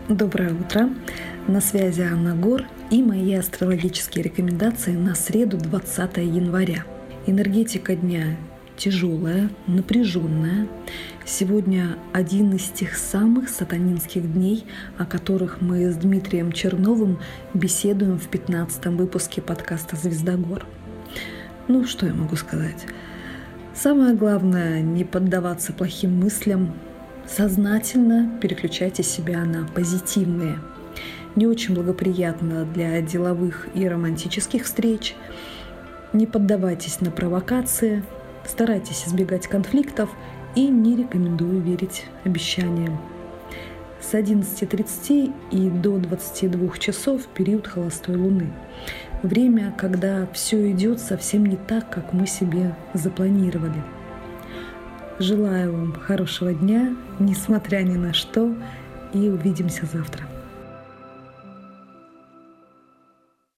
Доброе утро! На связи Анна Гор и мои астрологические рекомендации на среду 20 января. Энергетика дня тяжелая, напряженная. Сегодня один из тех самых сатанинских дней, о которых мы с Дмитрием Черновым беседуем в 15-м выпуске подкаста «Звездогор». Ну, что я могу сказать? Самое главное — не поддаваться плохим мыслям, сознательно переключайте себя на позитивные. Не очень благоприятно для деловых и романтических встреч. Не поддавайтесь на провокации, старайтесь избегать конфликтов и не рекомендую верить обещаниям. С 11:30 и до 22 часов период холостой луны. Время, когда все идет совсем не так, как мы себе запланировали. Желаю вам хорошего дня, несмотря ни на что, и увидимся завтра.